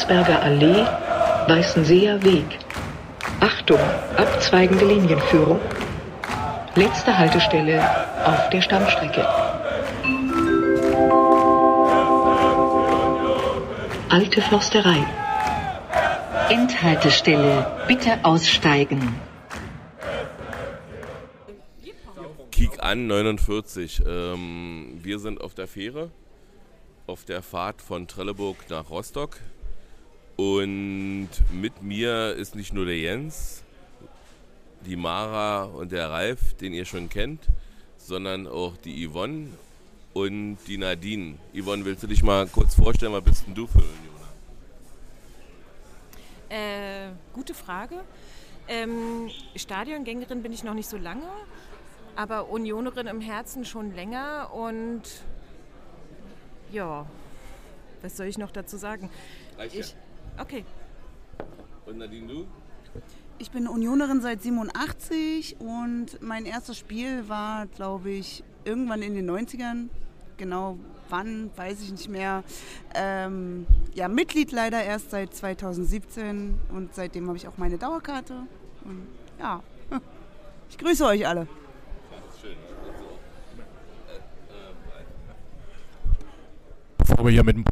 Landsberger Allee, Weißenseer Weg. Achtung, abzweigende Linienführung. Letzte Haltestelle auf der Stammstrecke. Alte Försterei. Endhaltestelle, bitte aussteigen. Kiek an 49. Wir sind auf der Fähre, auf der Fahrt von Trelleborg nach Rostock. Und mit mir ist nicht nur der Jens, die Mara und der Ralf, den ihr schon kennt, sondern auch die Yvonne und die Nadine. Yvonne, willst du dich mal kurz vorstellen, was bist denn du für Unioner? Gute Frage. Stadiongängerin bin ich noch nicht so lange, aber Unionerin im Herzen schon länger und ja, was soll ich noch dazu sagen? Okay. Und Nadine, du? Ich bin Unionerin seit 87 und mein erstes Spiel war, glaube ich, irgendwann in den 90ern. Genau wann, weiß ich nicht mehr. Mitglied leider erst seit 2017 und seitdem habe ich auch meine Dauerkarte. Und ja, ich grüße euch alle. Das ist schön. Bevor wir hier mit dem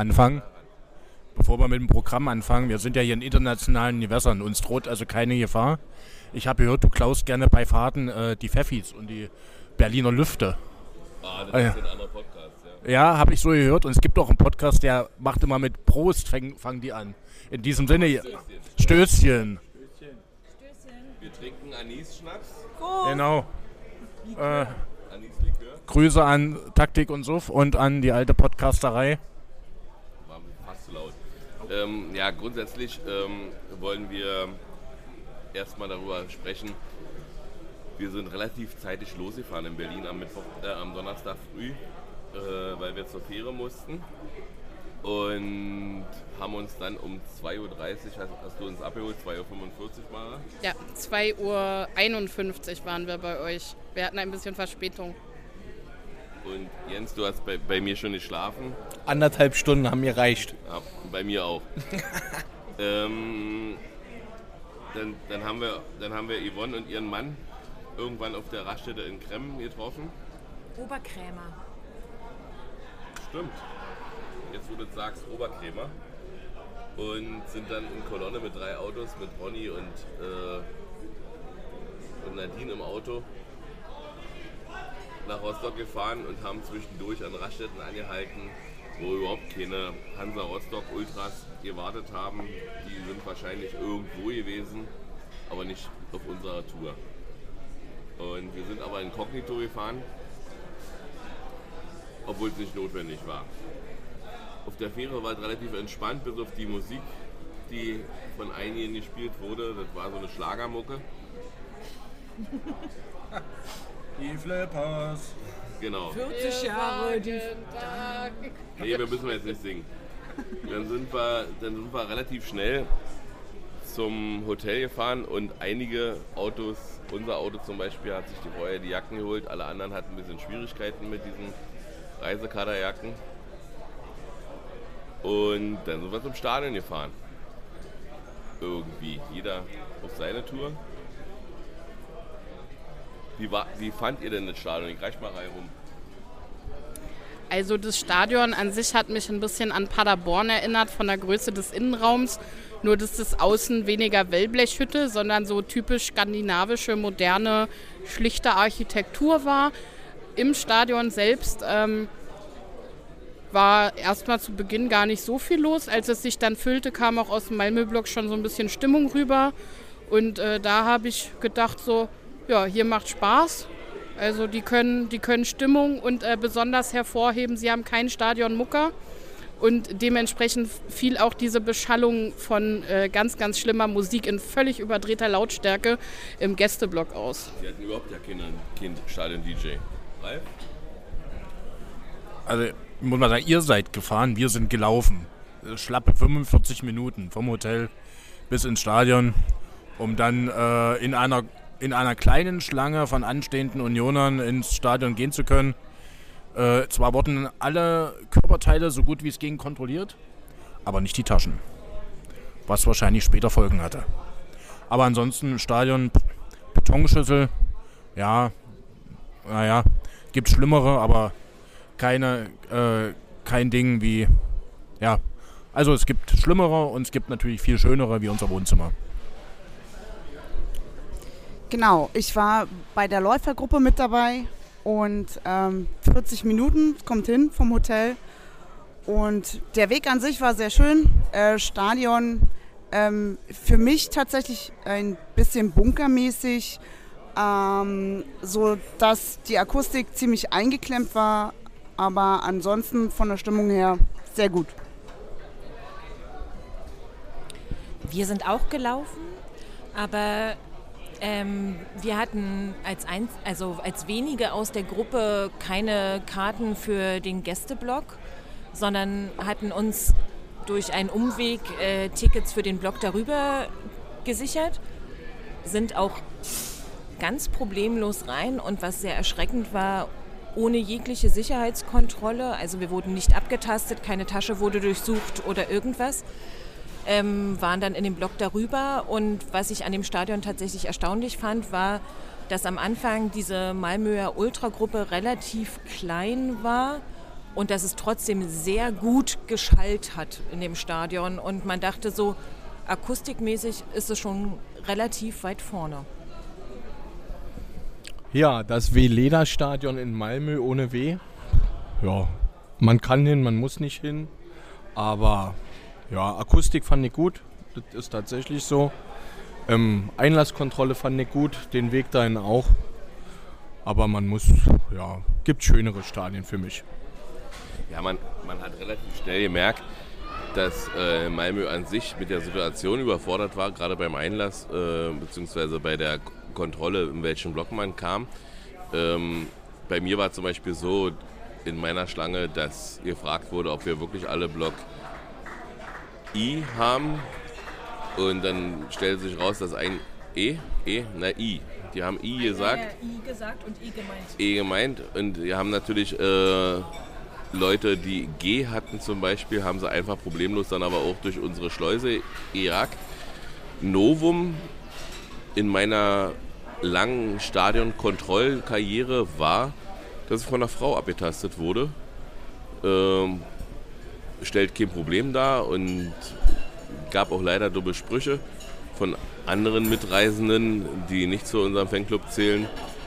Programm anfangen, wir sind ja hier in internationalen Gewässern, uns droht also keine Gefahr. Ich habe gehört, du klaust gerne bei Fahrten die Pfeffis und die Berliner Lüfte. Das ist ein anderer Podcast, ja. Ja, habe ich so gehört. Und es gibt auch einen Podcast, der macht immer mit Prost, fangen die an. In diesem Sinne, Stößchen. Wir trinken Anis-Schnaps. Genau. Anis-Likör. Grüße an Taktik und Suff und an die alte Podcasterei. War fast zu laut. Grundsätzlich wollen wir erstmal darüber sprechen. Wir sind relativ zeitig losgefahren in Berlin am Donnerstag früh, weil wir zur Fähre mussten. Und haben uns dann um 2.30 Uhr, hast du uns abgeholt, 2.45 Uhr Mara? Ja, 2.51 Uhr waren wir bei euch. Wir hatten ein bisschen Verspätung. Und Jens, du hast bei mir schon geschlafen. 1,5 Stunden haben mir reicht. Ja, bei mir auch. Dann haben wir Yvonne und ihren Mann irgendwann auf der Raststätte in Kremmen getroffen. Oberkrämer. Stimmt. Jetzt, wo du sagst, Oberkrämer. Und sind dann in Kolonne mit 3 Autos, mit Ronny und Nadine im Auto nach Rostock gefahren und haben zwischendurch an Raststätten angehalten, wo überhaupt keine Hansa Rostock Ultras gewartet haben. Die sind wahrscheinlich irgendwo gewesen, aber nicht auf unserer Tour. Und wir sind aber inkognito gefahren, obwohl es nicht notwendig war. Auf der Fähre war es relativ entspannt, bis auf die Musik, die von einigen gespielt wurde. Das war so eine Schlagermucke. Die Flippers. Genau. 40 Jahre, Nee, wir müssen jetzt nicht singen. Dann sind wir relativ schnell zum Hotel gefahren und einige Autos, unser Auto zum Beispiel, hat sich vorher die Jacken geholt. Alle anderen hatten ein bisschen Schwierigkeiten mit diesen Reisekaderjacken. Und dann sind wir zum Stadion gefahren. Irgendwie. Jeder auf seine Tour. Wie fand ihr denn das Stadion? Ich reich mal rein rum. Also das Stadion an sich hat mich ein bisschen an Paderborn erinnert, von der Größe des Innenraums. Nur, dass das außen weniger Wellblechhütte, sondern so typisch skandinavische, moderne, schlichte Architektur war. Im Stadion selbst war erstmal zu Beginn gar nicht so viel los. Als es sich dann füllte, kam auch aus dem Malmö-Block schon so ein bisschen Stimmung rüber. Und da habe ich gedacht so, ja, hier macht Spaß. Also die können Stimmung und besonders hervorheben, sie haben keinen Stadionmucker. Und dementsprechend fiel auch diese Beschallung von ganz, ganz schlimmer Musik in völlig überdrehter Lautstärke im Gästeblock aus. Sie hatten überhaupt ja keinen Stadion-DJ. Ralf? Also, ich muss mal sagen, ihr seid gefahren, wir sind gelaufen. Schlappe 45 Minuten vom Hotel bis ins Stadion, um dann in einer kleinen Schlange von anstehenden Unionern ins Stadion gehen zu können. Zwar wurden alle Körperteile so gut wie es ging kontrolliert, aber nicht die Taschen. was wahrscheinlich später Folgen hatte. Aber ansonsten Stadion, Betonschüssel, ja, naja, gibt schlimmere, aber kein Ding wie, ja, also es gibt schlimmere und es gibt natürlich viel schönere wie unser Wohnzimmer. Genau, ich war bei der Läufergruppe mit dabei und 40 Minuten, kommt hin vom Hotel und der Weg an sich war sehr schön. Stadion für mich tatsächlich ein bisschen bunkermäßig, so dass die Akustik ziemlich eingeklemmt war, aber ansonsten von der Stimmung her sehr gut. Wir sind auch gelaufen, aber wir hatten als wenige aus der Gruppe keine Karten für den Gästeblock, sondern hatten uns durch einen Umweg Tickets für den Block darüber gesichert, sind auch ganz problemlos rein und was sehr erschreckend war, ohne jegliche Sicherheitskontrolle, also wir wurden nicht abgetastet, keine Tasche wurde durchsucht oder irgendwas. Waren dann in dem Block darüber und was ich an dem Stadion tatsächlich erstaunlich fand, war, dass am Anfang diese Malmöer Ultragruppe relativ klein war und dass es trotzdem sehr gut geschallt hat in dem Stadion und man dachte so, akustikmäßig ist es schon relativ weit vorne. Ja, das W-Leder-Stadion in Malmö ohne W. Ja, man kann hin, man muss nicht hin, aber ja, Akustik fand ich gut, das ist tatsächlich so. Einlasskontrolle fand ich gut, den Weg dahin auch. Aber man muss, ja, gibt schönere Stadien für mich. Ja, man hat relativ schnell gemerkt, dass Malmö an sich mit der Situation überfordert war, gerade beim Einlass, beziehungsweise bei der Kontrolle, in welchen Block man kam. Bei mir war zum Beispiel so in meiner Schlange, dass gefragt wurde, ob wir wirklich alle Block I haben und dann stellte sich raus, dass ein I. Die haben I gesagt. I gesagt und I gemeint. E gemeint und wir haben natürlich Leute, die G hatten zum Beispiel, haben sie einfach problemlos dann aber auch durch unsere Schleuse gejagt. Novum in meiner langen Stadionkontrollkarriere war, dass ich von einer Frau abgetastet wurde. Stellt kein Problem dar und gab auch leider dumme Sprüche von anderen Mitreisenden, die nicht zu unserem Fanclub zählen.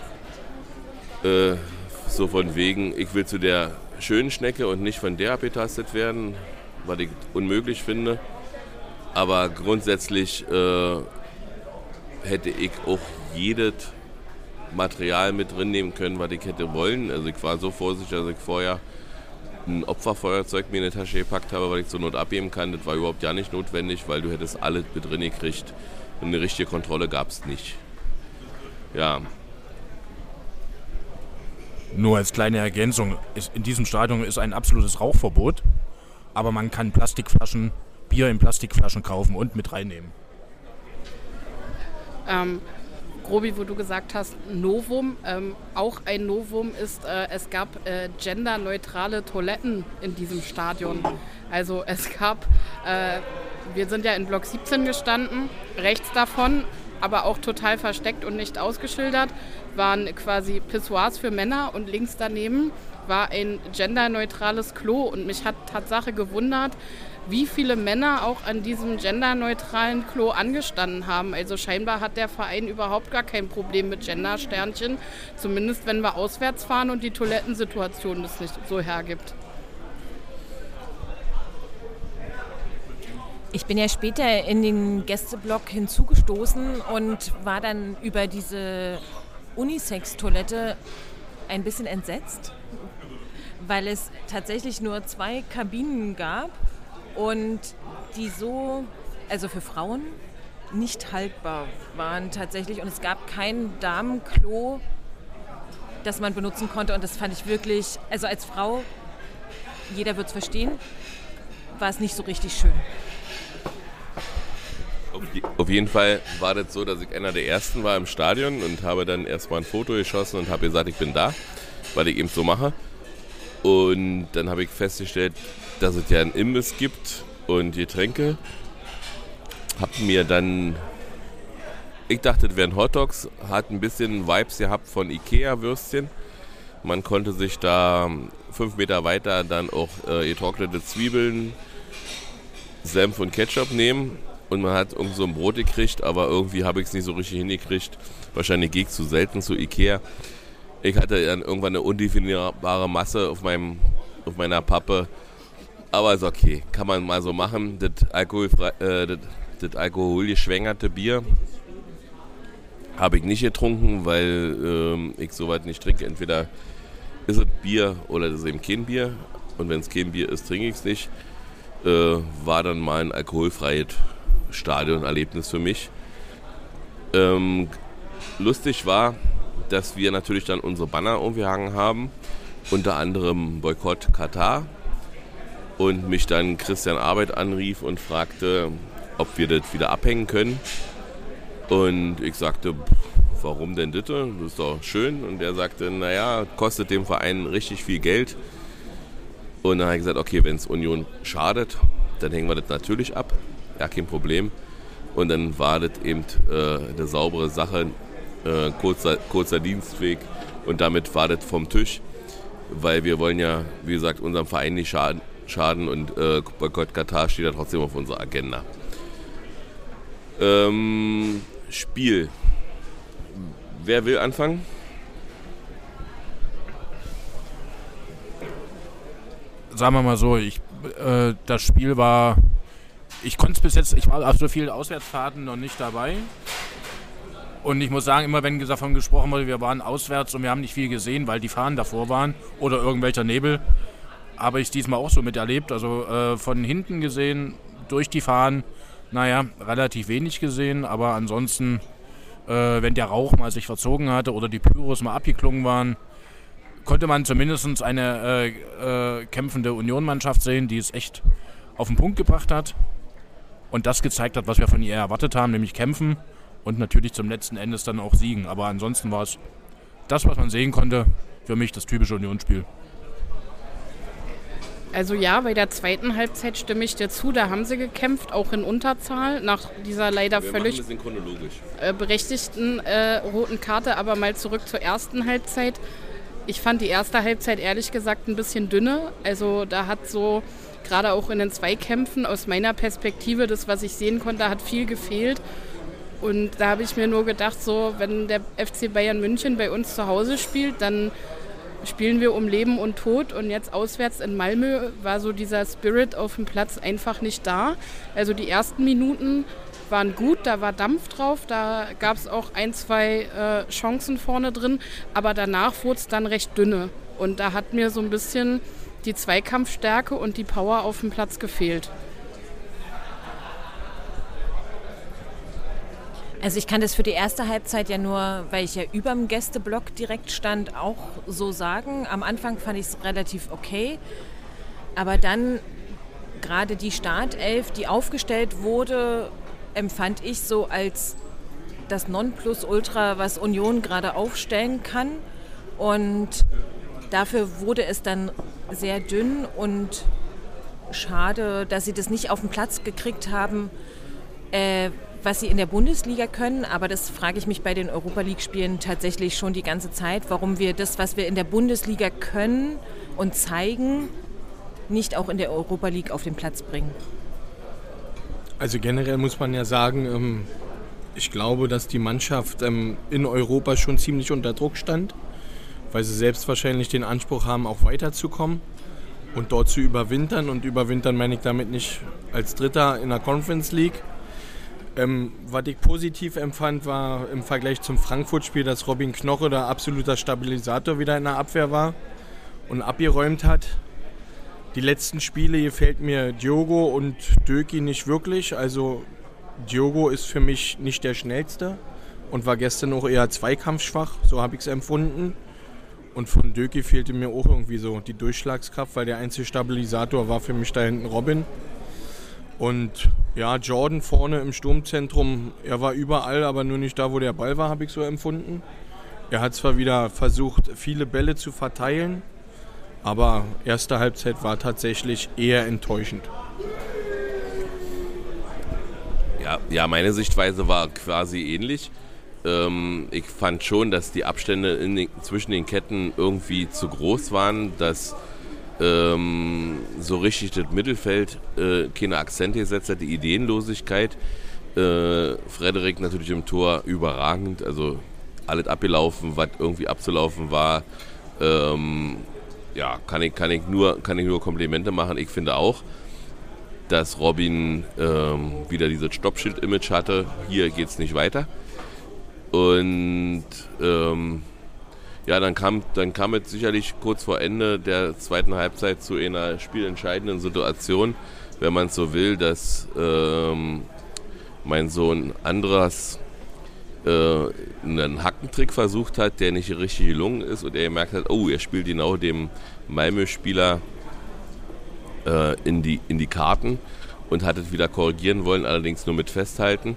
So von wegen, ich will zu der schönen Schnecke und nicht von der abgetastet werden, was ich unmöglich finde. Aber grundsätzlich hätte ich auch jedes Material mit drin nehmen können, was ich hätte wollen. Also ich war so vorsichtig, dass ich vorher ein Opferfeuerzeug mir in die Tasche gepackt habe, weil ich zur Not abheben kann. Das war überhaupt ja nicht notwendig, weil du hättest alles mit drin gekriegt. Und eine richtige Kontrolle gab es nicht. Ja. Nur als kleine Ergänzung, in diesem Stadion ist ein absolutes Rauchverbot, aber man kann Bier in Plastikflaschen kaufen und mit reinnehmen. Grobi, wo du gesagt hast, Novum, auch ein Novum ist, es gab genderneutrale Toiletten in diesem Stadion. Also es gab, wir sind ja in Block 17 gestanden, rechts davon, aber auch total versteckt und nicht ausgeschildert, waren quasi Pissoirs für Männer und links daneben war ein genderneutrales Klo und mich hat Tatsache gewundert, wie viele Männer auch an diesem genderneutralen Klo angestanden haben. Also scheinbar hat der Verein überhaupt gar kein Problem mit Gendersternchen, zumindest wenn wir auswärts fahren und die Toilettensituation das nicht so hergibt. Ich bin ja später in den Gästeblock hinzugestoßen und war dann über diese Unisex-Toilette ein bisschen entsetzt, weil es tatsächlich nur 2 Kabinen gab und die so, also für Frauen, nicht haltbar waren tatsächlich. Und es gab kein Damenklo, das man benutzen konnte. Und das fand ich wirklich, also als Frau, jeder wird es verstehen, war es nicht so richtig schön. Auf jeden Fall war das so, dass ich einer der Ersten war im Stadion und habe dann erstmal ein Foto geschossen und habe gesagt, ich bin da, weil ich eben so mache. Und dann habe ich festgestellt, dass es ja einen Imbiss gibt und Getränke. hab mir dann, ich dachte, das wären Hotdogs, hat ein bisschen Vibes gehabt von Ikea-Würstchen. Man konnte sich da 5 Meter weiter dann auch getrocknete Zwiebeln, Senf und Ketchup nehmen. Und man hat irgend so ein Brot gekriegt, aber irgendwie habe ich es nicht so richtig hingekriegt. Wahrscheinlich gehe ich zu selten zu Ikea. Ich hatte dann irgendwann eine undefinierbare Masse auf meiner Pappe. Aber ist okay, kann man mal so machen. Das alkoholgeschwängerte Bier habe ich nicht getrunken, weil ich soweit nicht trinke. Entweder ist es Bier oder ist es eben kein Bier. Und wenn es kein Bier ist, trinke ich es nicht. War dann mal ein alkoholfreies Stadionerlebnis für mich. Lustig war, dass wir natürlich dann unsere Banner umgehangen haben, unter anderem Boykott Katar, und mich dann Christian Arbeit anrief und fragte, ob wir das wieder abhängen können. Und ich sagte, warum denn das? Das ist doch schön. Und er sagte, naja, kostet dem Verein richtig viel Geld. Und dann habe ich gesagt, okay, wenn es Union schadet, dann hängen wir das natürlich ab. Ja, kein Problem. Und dann war das eben eine saubere Sache, kurzer Dienstweg, und damit war das vom Tisch, weil wir wollen ja, wie gesagt, unserem Verein nicht schaden, und Boykott Katar steht ja trotzdem auf unserer Agenda. Spiel. Wer will anfangen? Sagen wir mal so, das Spiel war, ich konnte es bis jetzt, ich war auf so vielen Auswärtsfahrten noch nicht dabei. Und ich muss sagen, immer wenn davon gesprochen wurde, wir waren auswärts und wir haben nicht viel gesehen, weil die Fahnen davor waren oder irgendwelcher Nebel, habe ich es diesmal auch so miterlebt. Also von hinten gesehen, durch die Fahnen, naja, relativ wenig gesehen, aber ansonsten, wenn der Rauch mal sich verzogen hatte oder die Pyros mal abgeklungen waren, konnte man zumindest eine kämpfende Union-Mannschaft sehen, die es echt auf den Punkt gebracht hat und das gezeigt hat, was wir von ihr erwartet haben, nämlich kämpfen und natürlich zum letzten Endes dann auch siegen. Aber ansonsten war es das, was man sehen konnte, für mich das typische Unionsspiel. Also ja, bei der zweiten Halbzeit stimme ich dir zu, da haben sie gekämpft, auch in Unterzahl, nach dieser leider völlig berechtigten roten Karte. Aber mal zurück zur ersten Halbzeit. Ich fand die erste Halbzeit ehrlich gesagt ein bisschen dünne. Also da hat so, gerade auch in den Zweikämpfen, aus meiner Perspektive, das, was ich sehen konnte, hat viel gefehlt. Und da habe ich mir nur gedacht, so, wenn der FC Bayern München bei uns zu Hause spielt, dann spielen wir um Leben und Tod. Und jetzt auswärts in Malmö war so dieser Spirit auf dem Platz einfach nicht da. Also die ersten Minuten waren gut, da war Dampf drauf, da gab es auch 1, 2 Chancen vorne drin, aber danach wurde es dann recht dünne. Und da hat mir so ein bisschen die Zweikampfstärke und die Power auf dem Platz gefehlt. Also ich kann das für die erste Halbzeit ja nur, weil ich ja überm Gästeblock direkt stand, auch so sagen. Am Anfang fand ich es relativ okay, aber dann gerade die Startelf, die aufgestellt wurde, empfand ich so als das Nonplusultra, was Union gerade aufstellen kann. Und dafür wurde es dann sehr dünn und schade, dass sie das nicht auf den Platz gekriegt haben, was sie in der Bundesliga können. Aber das frage ich mich bei den Europa-League-Spielen tatsächlich schon die ganze Zeit, warum wir das, was wir in der Bundesliga können und zeigen, nicht auch in der Europa League auf den Platz bringen. Also generell muss man ja sagen, ich glaube, dass die Mannschaft in Europa schon ziemlich unter Druck stand, weil sie selbst wahrscheinlich den Anspruch haben, auch weiterzukommen und dort zu überwintern. Und überwintern meine ich damit nicht als Dritter in der Conference League. Was ich positiv empfand, war im Vergleich zum Frankfurt-Spiel, dass Robin Knoche der absoluter Stabilisator wieder in der Abwehr war und abgeräumt hat. Die letzten Spiele gefällt mir Diogo und Döki nicht wirklich. Also Diogo ist für mich nicht der Schnellste und war gestern auch eher zweikampfschwach, so habe ich es empfunden. Und von Döki fehlte mir auch irgendwie so die Durchschlagskraft, weil der einzige Stabilisator war für mich da hinten Robin. Und ja, Jordan vorne im Sturmzentrum, er war überall, aber nur nicht da, wo der Ball war, habe ich so empfunden. Er hat zwar wieder versucht, viele Bälle zu verteilen, aber erste Halbzeit war tatsächlich eher enttäuschend. Ja, meine Sichtweise war quasi ähnlich. Ich fand schon, dass die Abstände zwischen den Ketten irgendwie zu groß waren, dass so richtig das Mittelfeld keine Akzente gesetzt hat, die Ideenlosigkeit. Frederik natürlich im Tor überragend, also alles abgelaufen, was irgendwie abzulaufen war. Kann ich nur Komplimente machen. Ich finde auch, dass Robin wieder dieses Stoppschild-Image hatte. Hier geht's nicht weiter. Und dann kam es sicherlich kurz vor Ende der zweiten Halbzeit zu einer spielentscheidenden Situation, wenn man so will, dass mein Sohn Andras einen Hackentrick versucht hat, der nicht richtig gelungen ist und er gemerkt hat, er spielt genau dem Malmö-Spieler in die Karten und hat es wieder korrigieren wollen, allerdings nur mit Festhalten.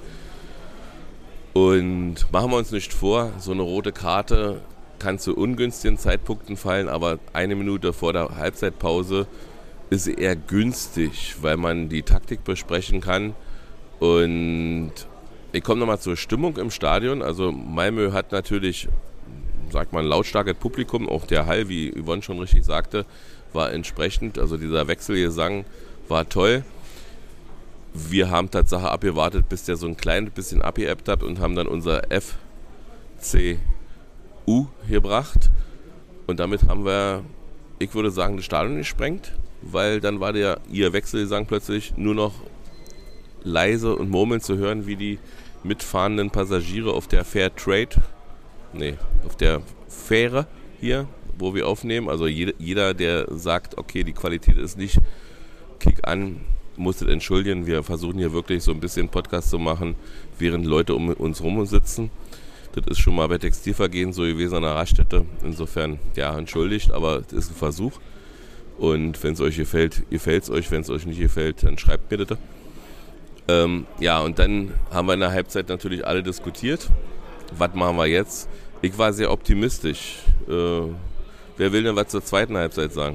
Und machen wir uns nicht vor, so eine rote Karte kann zu ungünstigen Zeitpunkten fallen, aber 1 Minute vor der Halbzeitpause ist sie eher günstig, weil man die Taktik besprechen kann. Und ich komme nochmal zur Stimmung im Stadion. Also Malmö hat natürlich, sagt man, lautstarkes Publikum. Auch der Hall, wie Yvonne schon richtig sagte, war entsprechend. Also dieser Wechselgesang war toll. Wir haben Tatsache abgewartet, bis der so ein kleines bisschen abgeebbt hat und haben dann unser FCU gebracht. Und damit haben wir, ich würde sagen, das Stadion gesprengt, weil dann war ihr Wechselgesang plötzlich nur noch leise und murmelnd zu hören, wie die mitfahrenden Passagiere auf der auf der Fähre hier, wo wir aufnehmen. Also jeder, der sagt, okay, die Qualität ist nicht Kick an, muss das entschuldigen. Wir versuchen hier wirklich so ein bisschen Podcast zu machen, während Leute um uns rum sitzen. Das ist schon mal bei Textilvergehen so gewesen an der Raststätte. Insofern, entschuldigt, aber es ist ein Versuch. Und wenn es euch gefällt, gefällt es euch. Wenn es euch nicht gefällt, dann schreibt mir bitte. Und dann haben wir in der Halbzeit natürlich alle diskutiert. Was machen wir jetzt? Ich war sehr optimistisch. Wer will denn was zur zweiten Halbzeit sagen?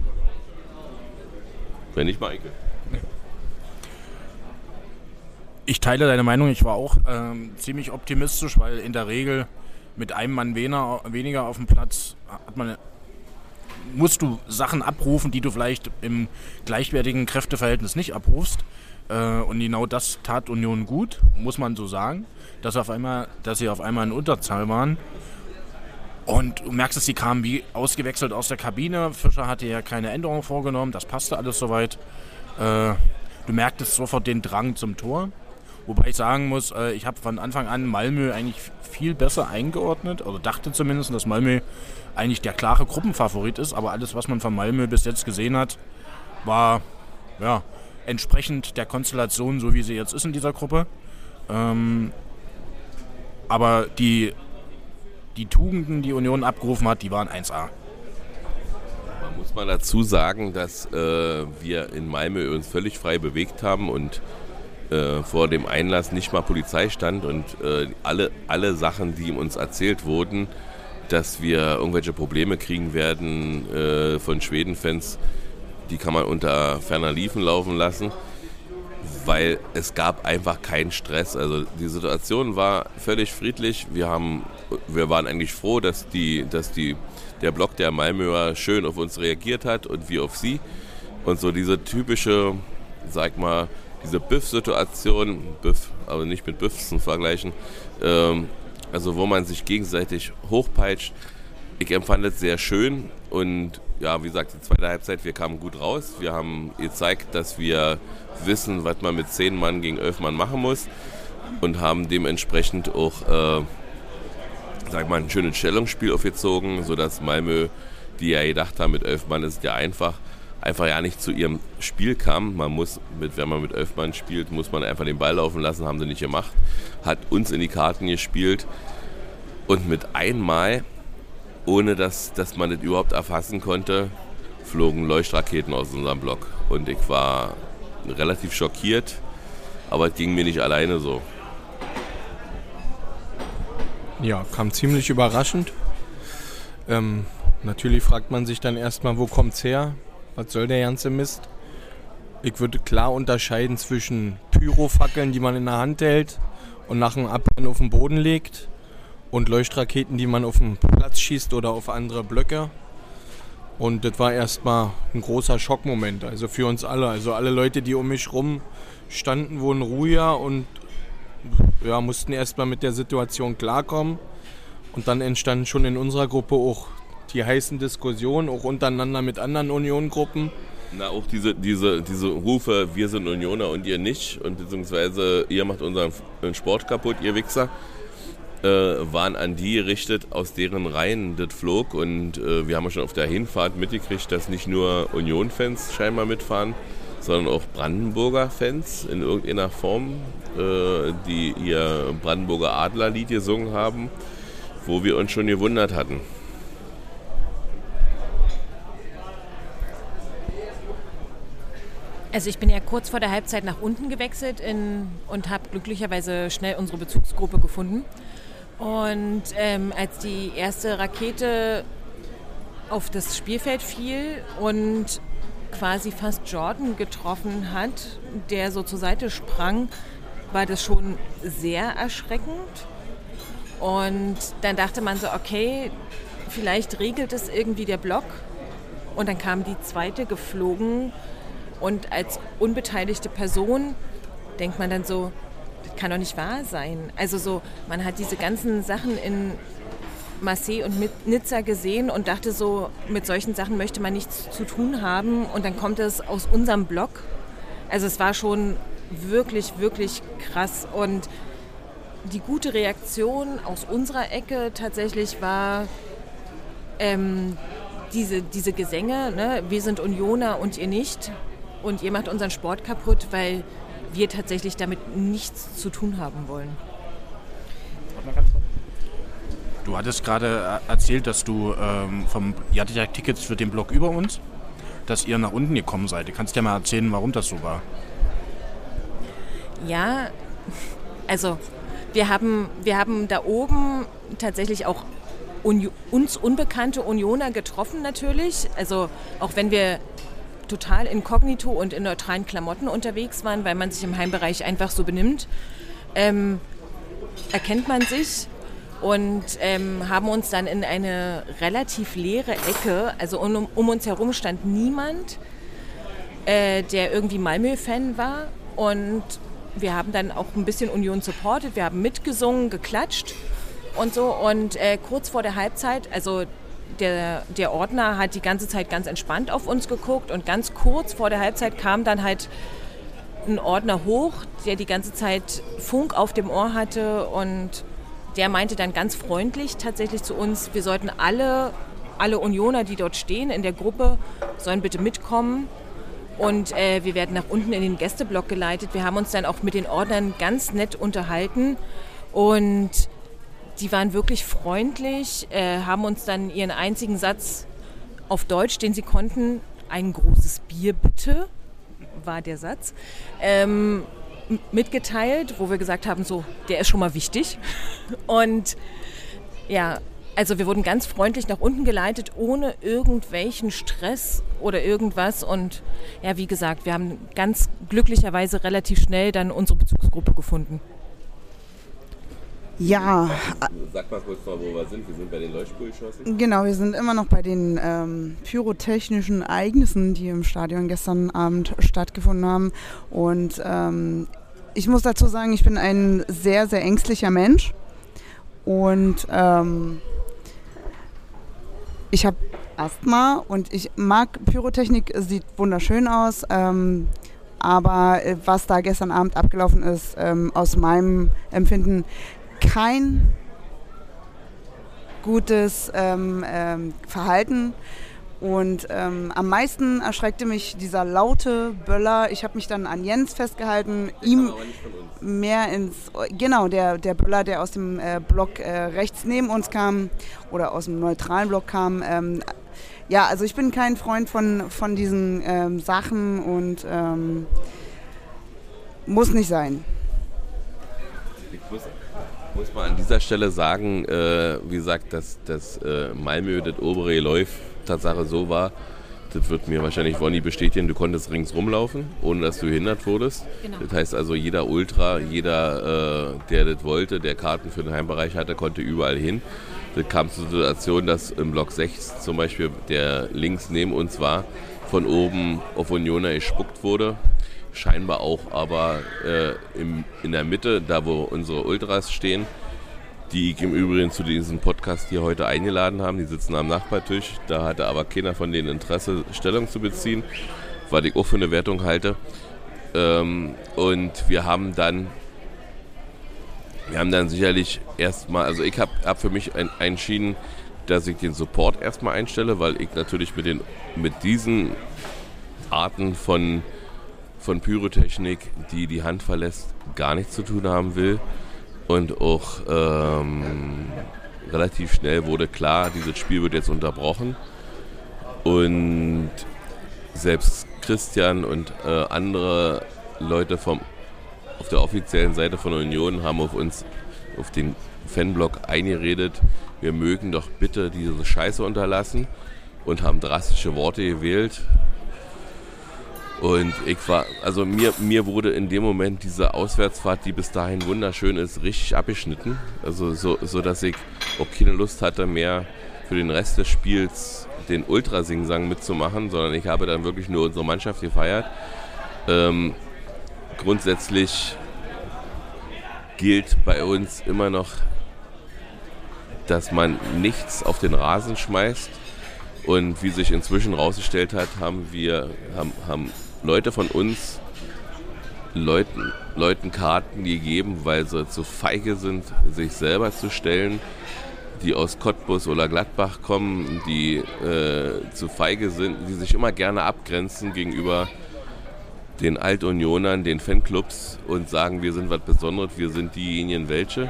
Wenn nicht, Maike. Ich teile deine Meinung. Ich war auch ziemlich optimistisch, weil in der Regel mit einem Mann weniger auf dem Platz musst du Sachen abrufen, die du vielleicht im gleichwertigen Kräfteverhältnis nicht abrufst. Und genau das tat Union gut, muss man so sagen, dass sie auf einmal in Unterzahl waren. Und du merkst, dass sie kamen wie ausgewechselt aus der Kabine. Fischer hatte ja keine Änderung vorgenommen, das passte alles soweit. Du merktest sofort den Drang zum Tor. Wobei ich sagen muss, ich habe von Anfang an Malmö eigentlich viel besser eingeordnet, also dachte zumindest, dass Malmö eigentlich der klare Gruppenfavorit ist. Aber alles, was man von Malmö bis jetzt gesehen hat, war entsprechend der Konstellation, so wie sie jetzt ist in dieser Gruppe. Aber die Tugenden, die Union abgerufen hat, die waren 1A. Man muss mal dazu sagen, dass wir in Malmö uns völlig frei bewegt haben und vor dem Einlass nicht mal Polizei stand und alle Sachen, die uns erzählt wurden, dass wir irgendwelche Probleme kriegen werden von Schweden-Fans, die kann man unter ferner Liefen laufen lassen, weil es gab einfach keinen Stress. Also die Situation war völlig friedlich. Wir waren eigentlich froh, dass der Block der Malmöer schön auf uns reagiert hat und wir auf sie. Und so diese typische, diese Büff-Situation, aber nicht mit Büffs zu vergleichen, also wo man sich gegenseitig hochpeitscht. Ich empfand es sehr schön und wie gesagt, die zweite Halbzeit, wir kamen gut raus. Wir haben gezeigt, dass wir wissen, was man mit 10 Mann gegen 11 Mann machen muss und haben dementsprechend auch, ein schönes Stellungsspiel aufgezogen, sodass Malmö, die ja gedacht haben, mit 11 Mann ist es ja einfach ja nicht zu ihrem Spiel kam. Wenn man mit 11 Mann spielt, muss man einfach den Ball laufen lassen, haben sie nicht gemacht. Hat uns in die Karten gespielt und mit einmal, ohne dass man das überhaupt erfassen konnte, flogen Leuchtraketen aus unserem Block. Und ich war relativ schockiert, aber es ging mir nicht alleine so. Ja, kam ziemlich überraschend. Natürlich fragt man sich dann erstmal, wo kommt's her? Was soll der ganze Mist? Ich würde klar unterscheiden zwischen Pyrofackeln, die man in der Hand hält und nach dem Abbrennen auf den Boden legt, und Leuchtraketen, die man auf den Platz schießt oder auf andere Blöcke. Und das war erstmal ein großer Schockmoment, also für uns alle. Also alle Leute, die um mich rum standen, wurden ruhiger und ja, mussten erstmal mit der Situation klarkommen. Und dann entstanden schon in unserer Gruppe auch die heißen Diskussionen, auch untereinander mit anderen Union-Gruppen. Na, auch diese Rufe, wir sind Unioner und ihr nicht, und beziehungsweise ihr macht unseren Sport kaputt, ihr Wichser, waren an die gerichtet, aus deren Reihen das flog. Und wir haben ja schon auf der Hinfahrt mitgekriegt, dass nicht nur Union-Fans scheinbar mitfahren, sondern auch Brandenburger Fans in irgendeiner Form, die ihr Brandenburger Adlerlied gesungen haben, wo wir uns schon gewundert hatten. Also ich bin ja kurz vor der Halbzeit nach unten gewechselt und habe glücklicherweise schnell unsere Bezugsgruppe gefunden. Und als die erste Rakete auf das Spielfeld fiel und quasi fast Jordan getroffen hat, der so zur Seite sprang, war das schon sehr erschreckend. Und dann dachte man so, okay, vielleicht regelt es irgendwie der Block. Und dann kam die zweite geflogen. Und als unbeteiligte Person denkt man dann so, das kann doch nicht wahr sein. Also so, man hat diese ganzen Sachen in Marseille und Nizza gesehen und dachte so, mit solchen Sachen möchte man nichts zu tun haben. Und dann kommt es aus unserem Block. Also es war schon wirklich, wirklich krass. Und die gute Reaktion aus unserer Ecke tatsächlich war diese Gesänge, ne? Wir sind Unioner und ihr nicht. Und ihr macht unseren Sport kaputt, weil wir tatsächlich damit nichts zu tun haben wollen. Du hattest gerade erzählt, dass du ihr hattet ja Tickets für den Block über uns, dass ihr nach unten gekommen seid. Du kannst ja mal erzählen, warum das so war. Ja, also wir haben da oben tatsächlich auch uns unbekannte Unioner getroffen natürlich. Also auch wenn wir total inkognito und in neutralen Klamotten unterwegs waren, weil man sich im Heimbereich einfach so benimmt, erkennt man sich und haben uns dann in eine relativ leere Ecke, also um uns herum stand niemand, der irgendwie Malmö-Fan war, und wir haben dann auch ein bisschen Union supportet, wir haben mitgesungen, geklatscht und so, und kurz vor der Halbzeit, also der Ordner hat die ganze Zeit ganz entspannt auf uns geguckt, und ganz kurz vor der Halbzeit kam dann halt ein Ordner hoch, der die ganze Zeit Funk auf dem Ohr hatte, und der meinte dann ganz freundlich tatsächlich zu uns, wir sollten alle Unioner, die dort stehen in der Gruppe, sollen bitte mitkommen, und wir werden nach unten in den Gästeblock geleitet. Wir haben uns dann auch mit den Ordnern ganz nett unterhalten, und die waren wirklich freundlich, haben uns dann ihren einzigen Satz auf Deutsch, den sie konnten, ein großes Bier bitte, war der Satz, mitgeteilt, wo wir gesagt haben, so, der ist schon mal wichtig. Und ja, also wir wurden ganz freundlich nach unten geleitet, ohne irgendwelchen Stress oder irgendwas. Und ja, wie gesagt, wir haben ganz glücklicherweise relativ schnell dann unsere Bezugsgruppe gefunden. Ja. Sag mal kurz mal, wo wir sind. Wir sind bei den Leuchtspulgeschossen. Genau, wir sind immer noch bei den pyrotechnischen Ereignissen, die im Stadion gestern Abend stattgefunden haben. Und ich muss dazu sagen, ich bin ein sehr, sehr ängstlicher Mensch. Und ich habe Asthma und ich mag Pyrotechnik, sieht wunderschön aus. Aber was da gestern Abend abgelaufen ist, aus meinem Empfinden, kein gutes Verhalten. Und am meisten erschreckte mich dieser laute Böller. Ich habe mich dann an Jens festgehalten, ihm mehr genau, der Böller, der aus dem Block rechts neben uns kam oder aus dem neutralen Block kam. Ja, also ich bin kein Freund von diesen Sachen und muss nicht sein. Ich muss mal an dieser Stelle sagen, wie gesagt, dass Malmö das obere Läuf Tatsache so war, das wird mir wahrscheinlich Wonny bestätigen, du konntest ringsrum laufen, ohne dass du behindert wurdest. Genau. Das heißt also, jeder Ultra, jeder, der das wollte, der Karten für den Heimbereich hatte, konnte überall hin. Das kam zur Situation, dass im Block 6 zum Beispiel, der links neben uns war, von oben auf Unioner gespuckt wurde. Scheinbar auch aber in der Mitte, da wo unsere Ultras stehen, die ich im Übrigen zu diesem Podcast hier heute eingeladen haben. Die sitzen am Nachbartisch. Da hatte aber keiner von denen Interesse, Stellung zu beziehen, was ich auch für eine Wertung halte. Und wir haben dann sicherlich erstmal, also ich hab für mich entschieden, dass ich den Support erstmal einstelle, weil ich natürlich mit diesen Arten von Pyrotechnik, die die Hand verlässt, gar nichts zu tun haben will. Und auch relativ schnell wurde klar, dieses Spiel wird jetzt unterbrochen. Und selbst Christian und andere Leute auf der offiziellen Seite von Union haben auf den Fanblock eingeredet, wir mögen doch bitte diese Scheiße unterlassen und haben drastische Worte gewählt. Und mir wurde in dem Moment diese Auswärtsfahrt, die bis dahin wunderschön ist, richtig abgeschnitten. Also so dass ich auch keine Lust hatte, mehr für den Rest des Spiels den Ultrasingsang mitzumachen, sondern ich habe dann wirklich nur unsere Mannschaft gefeiert. Grundsätzlich gilt bei uns immer noch, dass man nichts auf den Rasen schmeißt. Und wie sich inzwischen rausgestellt hat, haben Leute von uns Leuten Karten gegeben, weil sie zu feige sind, sich selber zu stellen, die aus Cottbus oder Gladbach kommen, die zu feige sind, die sich immer gerne abgrenzen gegenüber den Altunionern, den Fanclubs und sagen, wir sind was Besonderes, wir sind diejenigen welche.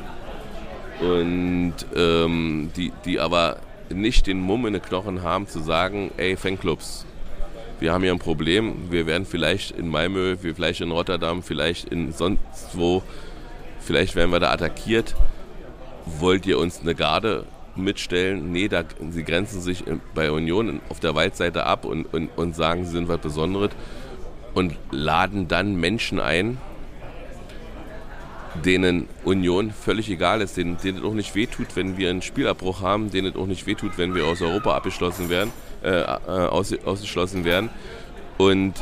Und die aber nicht den Mumm in den Knochen haben zu sagen, ey Fanclubs, wir haben hier ein Problem, wir werden vielleicht in Malmö, vielleicht in Rotterdam, vielleicht in sonst wo, vielleicht werden wir da attackiert. Wollt ihr uns eine Garde mitstellen? Nee, sie grenzen sich bei Union auf der Waldseite ab und sagen, sie sind was Besonderes und laden dann Menschen ein, denen Union völlig egal ist, denen es auch nicht wehtut, wenn wir einen Spielabbruch haben, denen es auch nicht wehtut, wenn wir aus Europa ausgeschlossen werden. Und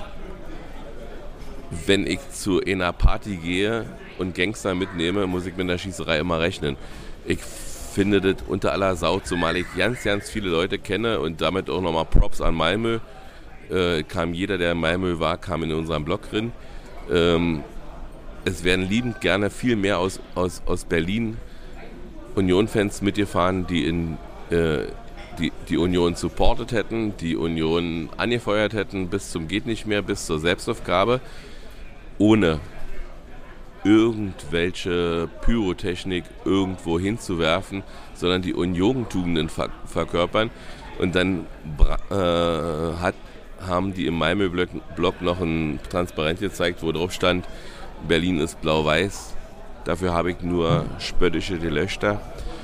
wenn ich zu einer Party gehe und Gangster mitnehme, muss ich mit der Schießerei immer rechnen. Ich finde das unter aller Sau, zumal ich ganz, ganz viele Leute kenne und damit auch nochmal Props an Malmö. Jeder, der in Malmö war, kam in unseren Blog drin. Es werden liebend gerne viel mehr aus Berlin Union-Fans mitgefahren, die die Union supportet hätten, die Union angefeuert hätten bis zum geht nicht mehr, bis zur Selbstaufgabe, ohne irgendwelche Pyrotechnik irgendwo hinzuwerfen, sondern die Union-Tugenden verkörpern. Und dann haben die im Malmö-Blog noch ein Transparent gezeigt, wo drauf stand, Berlin ist blau-weiß. Dafür habe ich nur spöttische Gelöchter.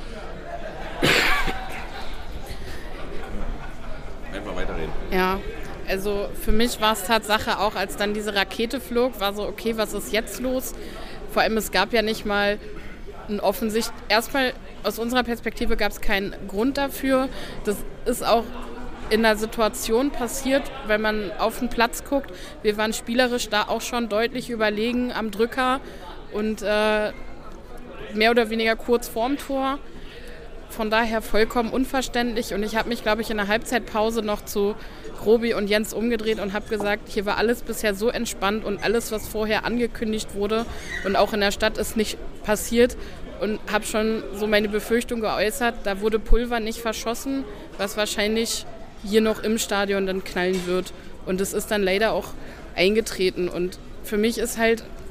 Einfach weiterreden. Ja, also für mich war es Tatsache auch, als dann diese Rakete flog, war so, okay, was ist jetzt los? Vor allem, es gab ja nicht mal erstmal aus unserer Perspektive gab es keinen Grund dafür. Das ist auch in der Situation passiert, wenn man auf den Platz guckt. Wir waren spielerisch da auch schon deutlich überlegen am Drücker und mehr oder weniger kurz vorm Tor. Von daher vollkommen unverständlich. Und ich habe mich, glaube ich, in der Halbzeitpause noch zu Robi und Jens umgedreht und habe gesagt, hier war alles bisher so entspannt und alles, was vorher angekündigt wurde und auch in der Stadt ist nicht passiert. Und habe schon so meine Befürchtung geäußert, da wurde Pulver nicht verschossen, was wahrscheinlich hier noch im Stadion dann knallen wird. Und es ist dann leider auch eingetreten. Und für mich ist halt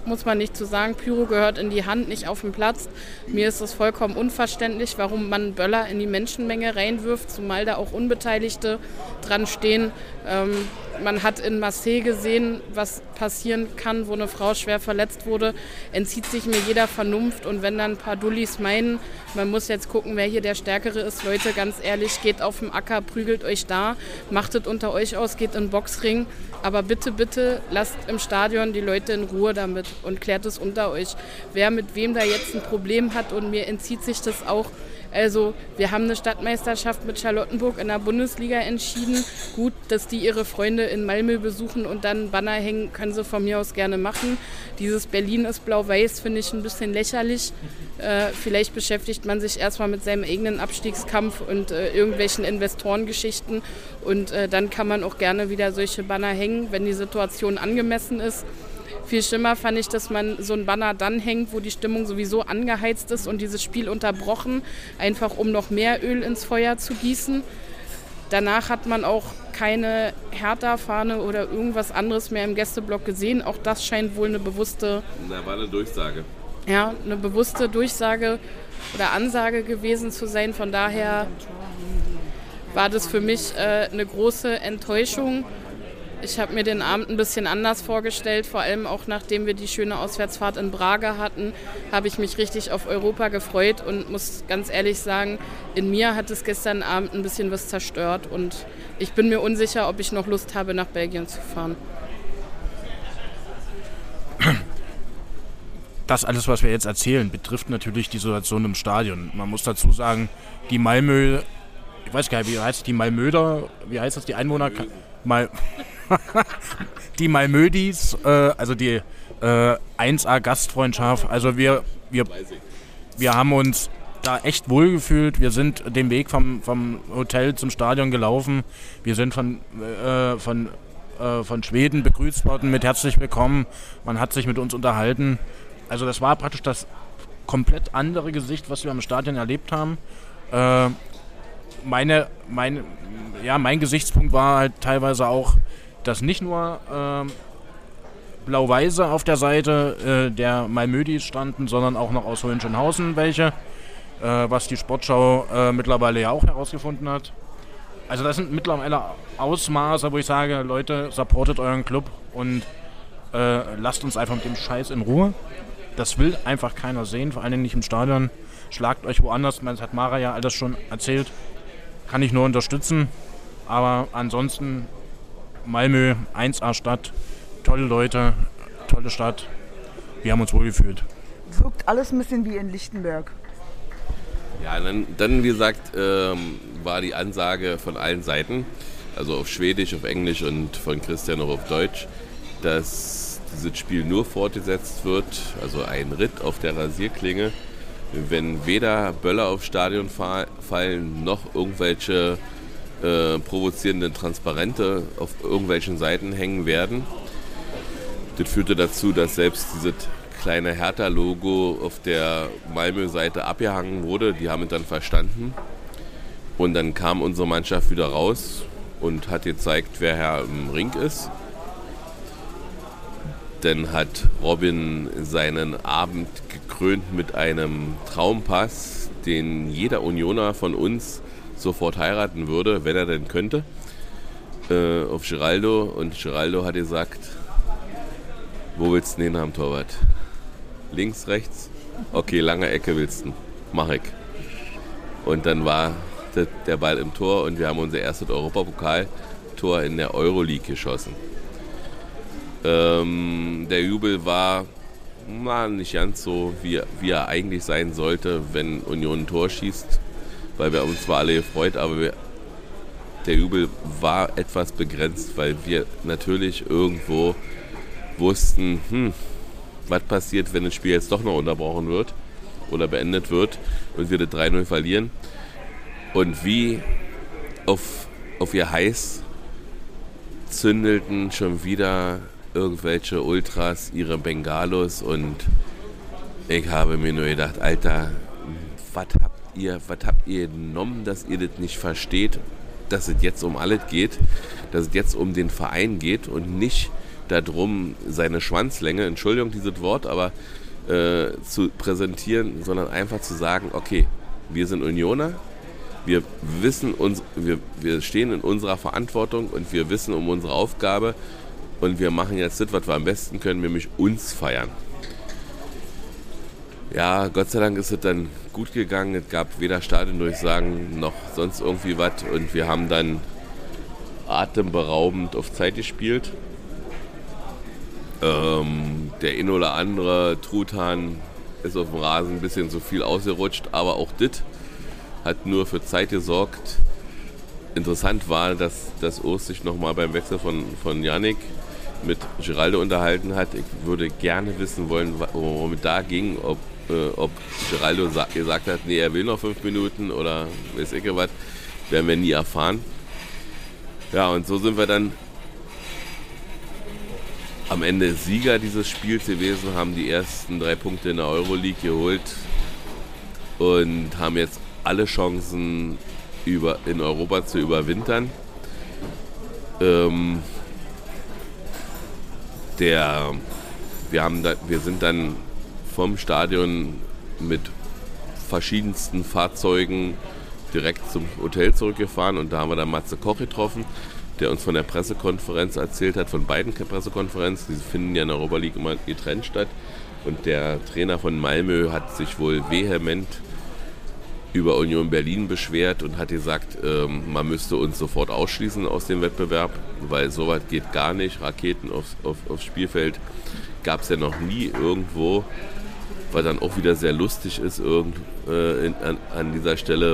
muss man nicht zu sagen. Pyro gehört in die Hand, nicht auf den Platz. Mir ist es vollkommen unverständlich, warum man Böller in die Menschenmenge reinwirft, zumal da auch Unbeteiligte dran stehen. Man hat in Marseille gesehen, was passieren kann, wo eine Frau schwer verletzt wurde. Entzieht sich mir jeder Vernunft. Und wenn dann ein paar Dullis meinen, man muss jetzt gucken, wer hier der Stärkere ist. Leute, ganz ehrlich, geht auf den Acker, prügelt euch da, macht es unter euch aus, geht in den Boxring. Aber bitte, bitte lasst im Stadion die Leute in Ruhe damit und klärt es unter euch. Wer mit wem da jetzt ein Problem hat, und mir entzieht sich das auch. Also wir haben eine Stadtmeisterschaft mit Charlottenburg in der Bundesliga entschieden. Gut, dass die ihre Freunde in Malmö besuchen und dann Banner hängen, können sie von mir aus gerne machen. Dieses Berlin ist blau-weiß, finde ich ein bisschen lächerlich. Vielleicht beschäftigt man sich erstmal mit seinem eigenen Abstiegskampf und irgendwelchen Investorengeschichten. Und dann kann man auch gerne wieder solche Banner hängen, wenn die Situation angemessen ist. Viel schlimmer fand ich, dass man so ein Banner dann hängt, wo die Stimmung sowieso angeheizt ist und dieses Spiel unterbrochen, einfach um noch mehr Öl ins Feuer zu gießen. Danach hat man auch keine Hertha-Fahne oder irgendwas anderes mehr im Gästeblock gesehen. Auch das scheint wohl eine bewusste... war eine Durchsage. Ja, eine bewusste Durchsage oder Ansage gewesen zu sein. Von daher war das für mich eine große Enttäuschung. Ich habe mir den Abend ein bisschen anders vorgestellt, vor allem auch nachdem wir die schöne Auswärtsfahrt in Braga hatten, habe ich mich richtig auf Europa gefreut und muss ganz ehrlich sagen, in mir hat es gestern Abend ein bisschen was zerstört und ich bin mir unsicher, ob ich noch Lust habe, nach Belgien zu fahren. Das alles, was wir jetzt erzählen, betrifft natürlich die Situation im Stadion. Man muss dazu sagen, die Malmö, ich weiß gar nicht, wie heißt die Malmöder, wie heißt das, die Einwohner? Die Malmödis, also die 1A Gastfreundschaft, also wir haben uns da echt wohl gefühlt. Wir sind den Weg vom Hotel zum Stadion gelaufen. Wir sind von Schweden begrüßt worden mit herzlich willkommen. Man hat sich mit uns unterhalten. Also das war praktisch das komplett andere Gesicht, was wir am Stadion erlebt haben. Mein Gesichtspunkt war halt teilweise auch, dass nicht nur Blau-Weiße auf der Seite der Malmödis standen, sondern auch noch aus Hohenschönhausen welche, was die Sportschau mittlerweile ja auch herausgefunden hat. Also das sind mittlerweile Ausmaße, wo ich sage, Leute, supportet euren Club und lasst uns einfach mit dem Scheiß in Ruhe. Das will einfach keiner sehen, vor allen Dingen nicht im Stadion. Schlagt euch woanders, das hat Mara ja alles schon erzählt. Kann ich nur unterstützen, aber ansonsten Malmö, 1A Stadt, tolle Leute, tolle Stadt. Wir haben uns wohl gefühlt. Wirkt alles ein bisschen wie in Lichtenberg. Ja, dann wie gesagt, war die Ansage von allen Seiten, also auf Schwedisch, auf Englisch und von Christian auch auf Deutsch, dass dieses Spiel nur fortgesetzt wird, also ein Ritt auf der Rasierklinge, wenn weder Böller aufs Stadion fallen, noch irgendwelche provozierenden Transparente auf irgendwelchen Seiten hängen werden. Das führte dazu, dass selbst dieses kleine Hertha-Logo auf der Malmö-Seite abgehangen wurde. Die haben es dann verstanden. Und dann kam unsere Mannschaft wieder raus und hat gezeigt, wer Herr im Ring ist. Dann hat Robin seinen Abend gekrönt mit einem Traumpass, den jeder Unioner von uns sofort heiraten würde, wenn er denn könnte, auf Geraldo. Und Geraldo hat gesagt, wo willst du den haben, Torwart? Links, rechts? Okay, lange Ecke willst du. Mach ich. Und dann war der Ball im Tor und wir haben unser erstes Europapokaltor in der Euroleague geschossen. Der Jubel war nicht ganz so, wie er eigentlich sein sollte, wenn Union ein Tor schießt, weil wir uns zwar alle gefreut, aber der Jubel war etwas begrenzt, weil wir natürlich irgendwo wussten, was passiert, wenn das Spiel jetzt doch noch unterbrochen wird oder beendet wird und wir das 3-0 verlieren. Und wie auf ihr Heiß zündelten schon wieder irgendwelche Ultras ihre Bengalos und ich habe mir nur gedacht, Alter, was habt ihr genommen, dass ihr das nicht versteht, dass es jetzt um alles geht, dass es jetzt um den Verein geht und nicht darum, seine Schwanzlänge, Entschuldigung dieses Wort, aber zu präsentieren, sondern einfach zu sagen, okay, wir sind Unioner, wir wissen wir stehen in unserer Verantwortung und wir wissen um unsere Aufgabe und wir machen jetzt das, was wir am besten können, nämlich uns feiern. Ja, Gott sei Dank ist es dann gut gegangen, es gab weder Stadiondurchsagen noch sonst irgendwie was und wir haben dann atemberaubend auf Zeit gespielt. Der ein oder andere Truthahn ist auf dem Rasen ein bisschen zu viel ausgerutscht, aber auch das hat nur für Zeit gesorgt. Interessant war, dass Urs sich nochmal beim Wechsel von Yannick mit Geraldo unterhalten hat. Ich würde gerne wissen wollen, worum es da ging, ob Geraldo gesagt hat, nee, er will noch 5 Minuten oder weiß ich was, werden wir nie erfahren. Ja, und so sind wir dann am Ende Sieger dieses Spiels gewesen, haben die ersten 3 Punkte in der Euroleague geholt und haben jetzt alle Chancen in Europa zu überwintern. Wir sind dann vom Stadion mit verschiedensten Fahrzeugen direkt zum Hotel zurückgefahren und da haben wir dann Matze Koch getroffen, der uns von der Pressekonferenz erzählt hat, von beiden Pressekonferenzen, die finden ja in der Europa League immer getrennt statt. Und der Trainer von Malmö hat sich wohl vehement über Union Berlin beschwert und hat gesagt, man müsste uns sofort ausschließen aus dem Wettbewerb, weil sowas geht gar nicht. Raketen aufs Spielfeld gab es ja noch nie irgendwo, was dann auch wieder sehr lustig ist an dieser Stelle.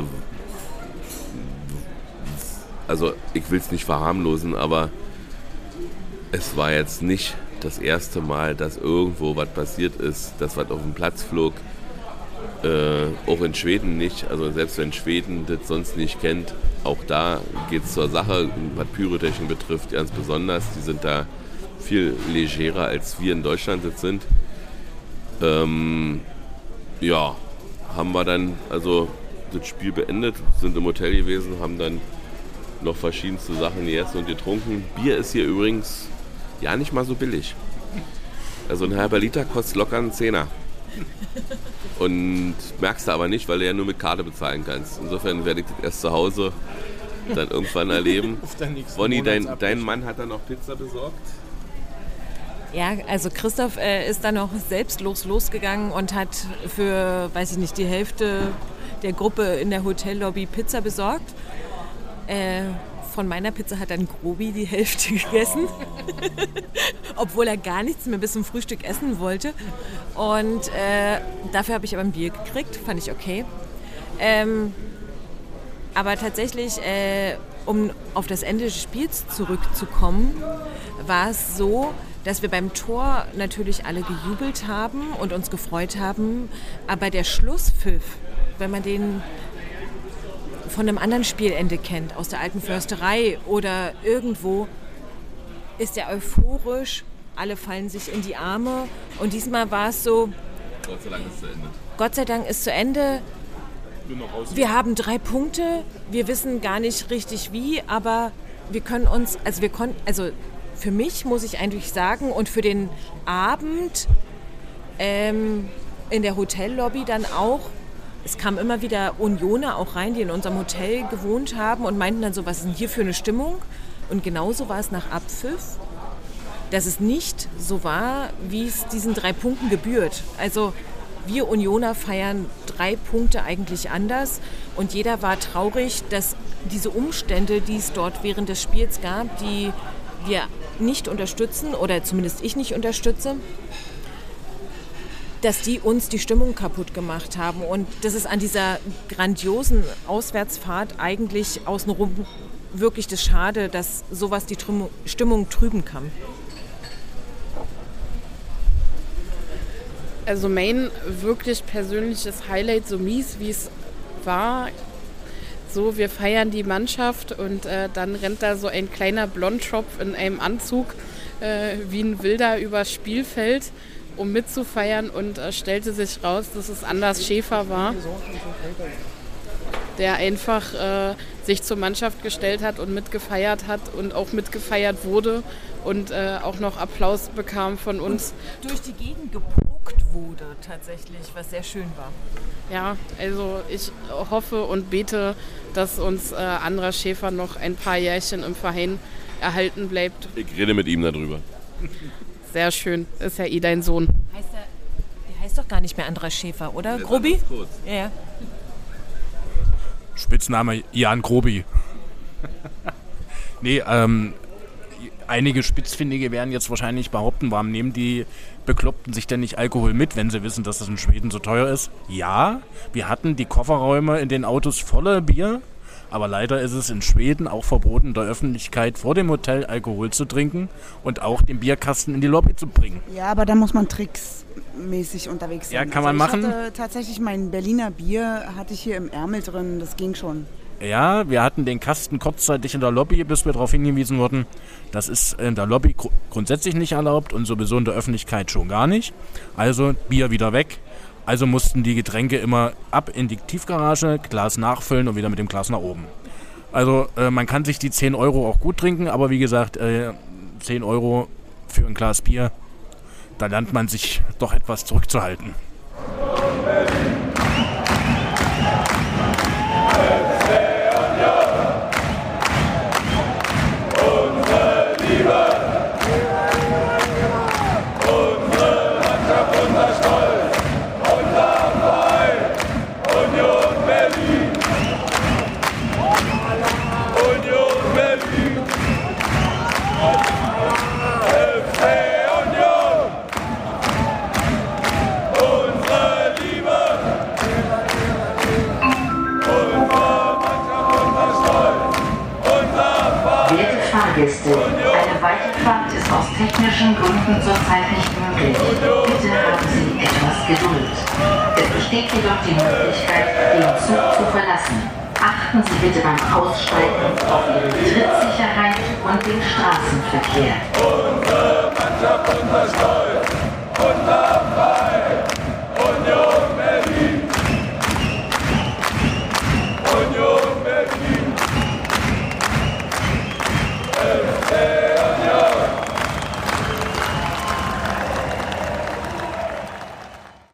Also ich will es nicht verharmlosen, aber es war jetzt nicht das erste Mal, dass irgendwo was passiert ist, dass was auf dem Platz flog. Auch in Schweden nicht. Also selbst wenn Schweden das sonst nicht kennt, auch da geht es zur Sache, was Pyrotechnik betrifft, ganz besonders. Die sind da viel legerer, als wir in Deutschland jetzt sind. Haben wir dann also das Spiel beendet, sind im Hotel gewesen, haben dann noch verschiedenste Sachen gegessen und getrunken. Bier ist hier übrigens ja nicht mal so billig. Also ein halber Liter kostet locker einen Zehner. Und merkst du aber nicht, weil du ja nur mit Karte bezahlen kannst. Insofern werde ich das erst zu Hause dann irgendwann erleben. Ronny, dein Mann hat dann noch Pizza besorgt? Ja, also Christoph ist dann noch selbstlos losgegangen und hat für, weiß ich nicht, die Hälfte der Gruppe in der Hotellobby Pizza besorgt. Von meiner Pizza hat dann Grobi die Hälfte gegessen, obwohl er gar nichts mehr bis zum Frühstück essen wollte. Und dafür habe ich aber ein Bier gekriegt, fand ich okay. Aber tatsächlich, um auf das Ende des Spiels zurückzukommen, war es so, dass wir beim Tor natürlich alle gejubelt haben und uns gefreut haben. Aber der Schlusspfiff, wenn man den von einem anderen Spielende kennt, aus der alten Försterei oder irgendwo, ist der euphorisch, alle fallen sich in die Arme und diesmal war es so, Gott sei Dank ist zu Ende. Gott sei Dank ist zu Ende, wir haben 3 Punkte, wir wissen gar nicht richtig wie, aber wir können uns, also für mich muss ich eigentlich sagen und für den Abend in der Hotellobby dann auch, es kamen immer wieder Unioner auch rein, die in unserem Hotel gewohnt haben und meinten dann so, was ist denn hier für eine Stimmung? Und genauso war es nach Abpfiff, dass es nicht so war, wie es diesen 3 Punkten gebührt. Also wir Unioner feiern 3 Punkte eigentlich anders und jeder war traurig, dass diese Umstände, die es dort während des Spiels gab, die wir nicht unterstützen oder zumindest ich nicht unterstütze, dass die uns die Stimmung kaputt gemacht haben. Und das ist an dieser grandiosen Auswärtsfahrt eigentlich außenrum wirklich das Schade, dass sowas die Stimmung trüben kann. Also mein wirklich persönliches Highlight, so mies wie es war, so wir feiern die Mannschaft und dann rennt da so ein kleiner Blondschopf in einem Anzug wie ein Wilder übers Spielfeld, um mitzufeiern und stellte sich raus, dass es Anders Schäfer war. der einfach sich zur Mannschaft gestellt hat und mitgefeiert hat und auch mitgefeiert wurde und auch noch Applaus bekam von uns. Und durch die Gegend gepokt wurde tatsächlich, was sehr schön war. Ja, also ich hoffe und bete, dass uns Andras Schäfer noch ein paar Jährchen im Verein erhalten bleibt. Ich rede mit ihm darüber. Sehr schön, ist ja dein Sohn. Der heißt doch gar nicht mehr Andras Schäfer, oder? Grobi? Ja. Spitzname Jan Grobi. Nee, einige Spitzfindige werden jetzt wahrscheinlich behaupten, warum nehmen die Bekloppten sich denn nicht Alkohol mit, wenn sie wissen, dass das in Schweden so teuer ist? Ja, wir hatten die Kofferräume in den Autos voller Bier, aber leider ist es in Schweden auch verboten, in der Öffentlichkeit vor dem Hotel Alkohol zu trinken und auch den Bierkasten in die Lobby zu bringen. Ja, aber da muss man tricksmäßig unterwegs sein. Ja, kann man machen. Ich hatte tatsächlich mein Berliner Bier hatte ich hier im Ärmel drin, das ging schon. Ja, wir hatten den Kasten kurzzeitig in der Lobby, bis wir darauf hingewiesen wurden, das ist in der Lobby grundsätzlich nicht erlaubt und sowieso in der Öffentlichkeit schon gar nicht. Also Bier wieder weg. Also mussten die Getränke immer ab in die Tiefgarage, Glas nachfüllen und wieder mit dem Glas nach oben. Also man kann sich die 10 Euro auch gut trinken, aber wie gesagt, 10 Euro für ein Glas Bier, da lernt man sich doch etwas zurückzuhalten. Fahrgäste, eine Weiterfahrt ist aus technischen Gründen zurzeit nicht möglich. Bitte haben Sie etwas Geduld. Es besteht jedoch die Möglichkeit, den Zug zu verlassen. Achten Sie bitte beim Aussteigen auf Ihre Trittsicherheit und den Straßenverkehr. Unsere Mannschaft, unser Stolz, unser Verein, Union Berlin. Union Berlin. FC